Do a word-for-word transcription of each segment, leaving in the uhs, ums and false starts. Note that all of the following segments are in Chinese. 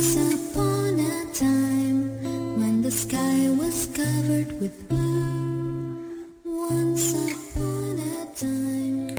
Once upon a time, when the sky was covered with blue. Once upon a time.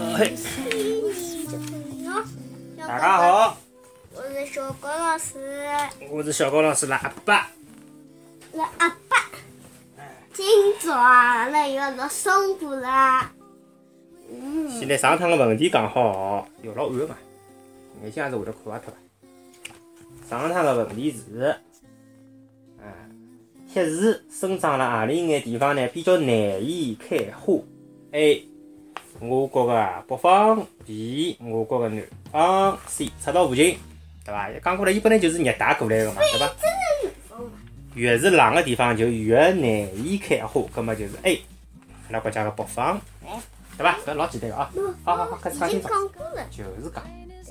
大家好， 我是小高老师。 我是小高老师的阿爸。 那阿爸，今朝阿拉要录松果啦。嗯。 现在上趟个问题讲好，又老晚个嘛，眼睛也是会得看坏脱个。上趟个问题是，啊，铁树生长辣何里眼地方呢？比较难以开花 ？A. 我国个北方 B. 我国个南方 C. 赤道附近，对伐？讲过来，伊本来就是热带过来个嘛，对伐？越是冷个地方就越难以开花，葛末就是 A. 阿拉国家个北方，对伐？搿老简单个啊！好好好，开始讲今朝，就是讲。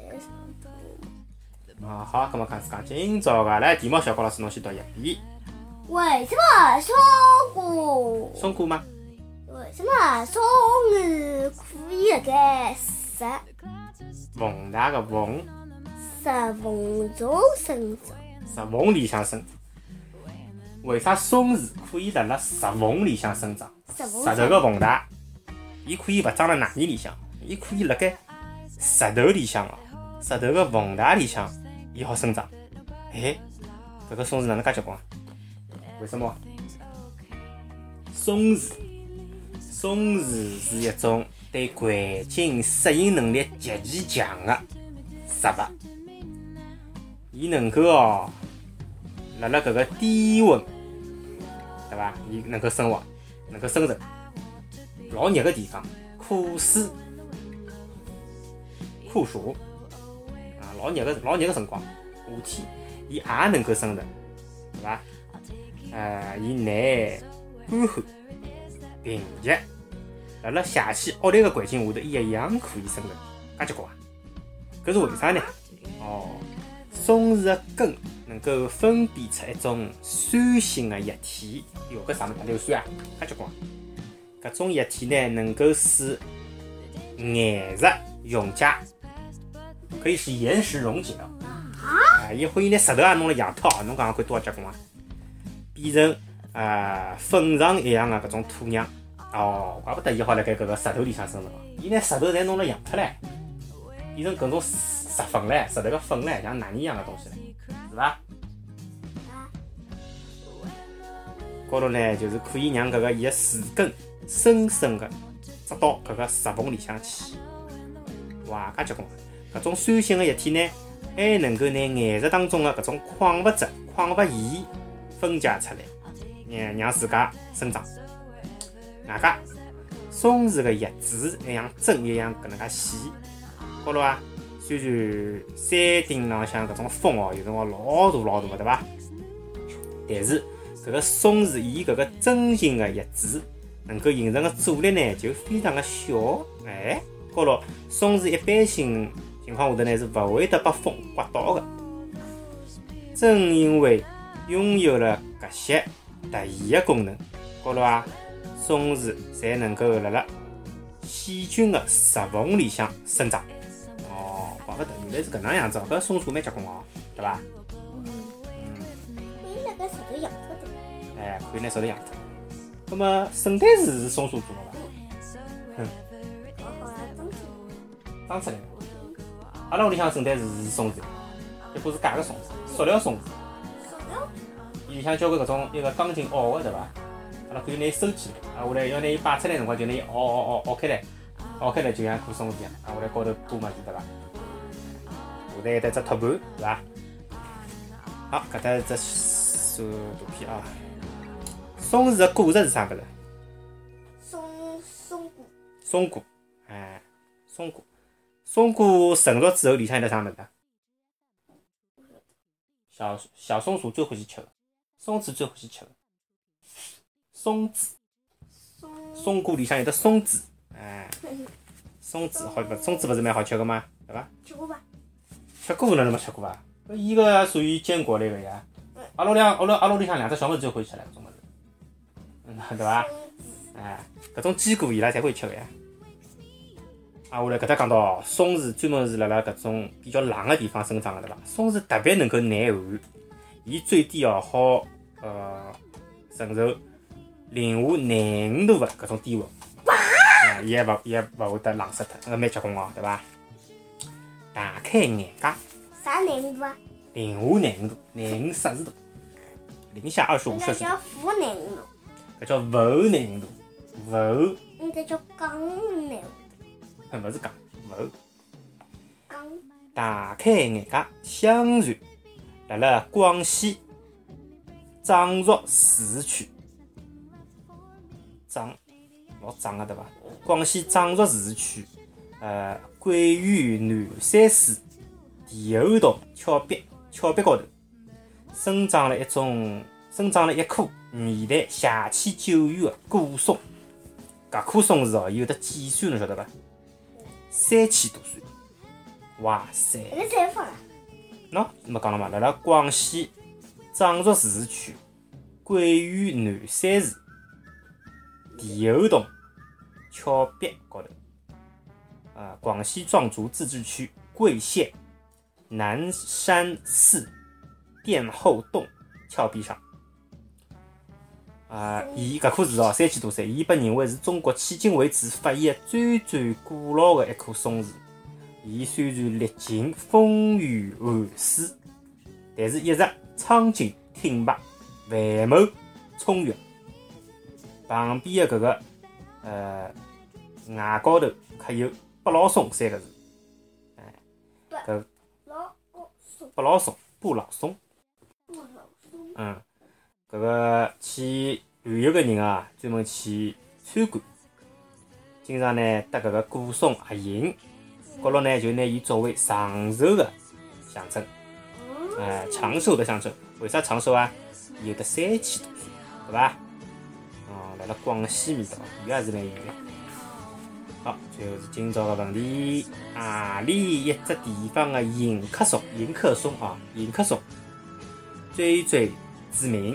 啊，好，葛末开始讲今朝个来，题目小高老师侬先读一遍。 为什么松果？ 松果吗？ 为什么松儿可以辣盖石 vùng大个vùng， 石缝中生长？ 石缝里向生长。为啥松树可以辣辣石缝里向生长？ 石缝石头个vùng大，伊可以勿长辣泥泥里向，伊可以辣盖石头里向哦，石头个vùng大里向，伊好生长。哎，搿个松树哪能介结棍啊？为什么？松树，松树是一种对环境适应能力极其强的植物，伊能够哦，辣辣搿个低温，对伐？伊能够生活，能够生存。老热个地方，酷暑、酷暑啊，老热个老热个辰光，夏天，伊也能够生存，对伐？呃，伊耐干旱、贫瘠，辣辣邪气恶劣个环境下头，伊一样可以生存，介结棍啊！搿是为啥呢？哦，松树个根能够分泌出一种酸性个液体，哟，搿啥物事？硫酸啊，介结棍啊！搿种液体呢，能够使岩石溶解，可以使岩石溶解哦。啊，伊可以拿石头也弄了养脱，侬讲讲看多少结棍啊！变成呃粉状一样的搿种土壤，哦，怪不得伊好辣盖搿个石头里向生存。伊拿石头侪弄了养脱唻，变成搿种石粉唻，石头个粉唻，像泥泥一样的东西唻，是伐？高头呢，就是可以让搿个伊个树根深深个扎到搿个石缝里向去。哇，介结棍！搿种酸性个液体呢，还能够拿岩石当中个搿种矿物质、矿物盐分解出来，让让自家生长。外加松树个叶子还像针一样搿能介细，高头啊，虽然山顶浪向搿种风哦，有辰光老大老大个，对伐？但是搿个松树伊搿个针形个叶子能够形成个阻力呢，就非常个小。哎，高头松树一般性情况下头呢是勿会得被风刮到个。正因为拥有了搿些特异的功能，高头啊，松树才能够辣辣细菌的石缝里向生长。哦，怪不得原来是搿能样子哦，搿松树蛮结棍哦，对伐？ 嗯。嗯。可以辣盖石头养脱的。 哎，可以拿石头养脱。那么圣诞树是松树做的伐？哼。 好好啊，长出来。长出来了。阿拉屋里向圣诞树是松树，一个是假个松树，塑料松树。伊里向交关搿种一个钢筋凹个，对伐？阿拉可以拿伊收起来，啊，下来要拿伊摆出来辰光就拿伊凹凹凹凹开来，凹开来就像棵松树一样，啊，下来高头铺么子，对伐？下头还得只托盘，对伐？好，搿搭只算图片啊。松树个果实是啥物事？ 松松果。 松果，哎，松果，松果成熟之后里向有得啥物事？小小松鼠最欢喜吃个。松子最欢喜吃个松子，松果里向有得松子，哎，松子好勿？松子勿是蛮好吃个吗？对伐？ 吃过伐？ 吃过哪能没吃过伐？搿伊个属于坚果类个呀。阿拉两阿拉阿拉屋里向两只小妹子最欢喜吃了搿种物事，嗯，对伐？哎，搿种坚果伊拉侪会吃个呀。 啊，我来搿搭讲到松树专门是辣辣搿种比较冷个地方生长个，对伐？松树特别能够耐寒，伊最低哦好呃承受零下廿五度个搿种低温，啊，伊还勿伊还勿会得冷死脱，搿蛮结棍哦，对伐？大开眼界， 啥零度啊？ 零下廿五度，廿五摄氏度，零下二十五摄氏度， 那叫负零度， 搿叫负廿五度，负， 那个叫刚零度， 勿是讲负。 刚。 大开眼界，相传辣辣广西藏族自治区，藏老藏个对伐？广西藏族自治区，呃，桂屿南山市地后洞峭壁峭壁高头，生长了一种生长了一棵年代邪气久远的古松。搿棵松树哦，有得几岁侬晓得伐？三千多岁。哇塞！ 搿个采访了。 喏，没讲了嘛，辣辣广西藏族自治区桂屿南山市地后洞峭壁高头，啊，广西壮族自治区桂县南山寺殿后洞峭壁上。啊，伊搿棵树哦，三千多岁，伊被认为是中国迄今为止发现的最最古老的一棵松树。伊虽然历经风雨寒暑，但是一直苍劲挺拔，繁茂葱郁。旁边的搿个呃崖高头刻有“不老松”三个字，哎，搿老松， 不老松，不老松。 不老松。 嗯，搿个去旅游个人啊，专门去参观，经常呢搭搿个古松合影。角落呢，就拿伊作为长寿的象征，哎、呃，长寿的象征。为啥长寿啊？伊有得三千多岁，对伐？哦，辣辣广西面搭，伊也是蛮有名。好，最后是今朝的问题：何里一只地方的迎客松？迎客松啊，迎客松最最知名？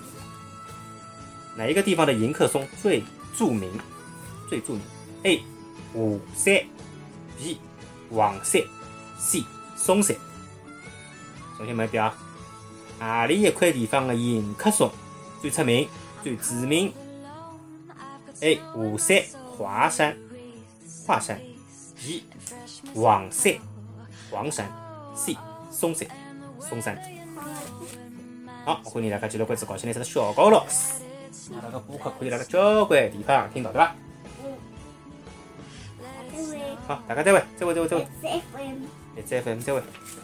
哪一个地方的迎客松最著名？最著名 ？A. 武山 B. 黄山 C. 嵩山。重新问一遍啊，何里一块地方的迎客松最出名、最知名 ？A. 武山华山华山 B. 黄山黄山 C. 嵩山嵩山。好，欢迎大家继续关注搞笑电视的小高老师。阿拉个播客可以辣辣交关地方听到，对伐？好，大家再会，再会，再会，再会。X F M， 再会。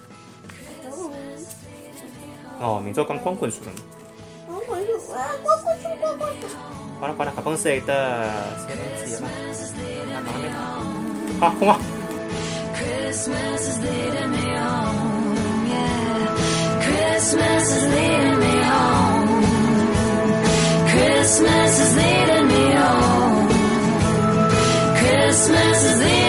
哦，明朝讲光棍数了。 光棍数啊，光棍数，光棍数。 好了好了，搿本书还有得三分之一嘛，那讲了没？好，空啊。Christmas is leading me home, yeah. Christmas is leading me home. Christmas is leading me home. Christmas is leading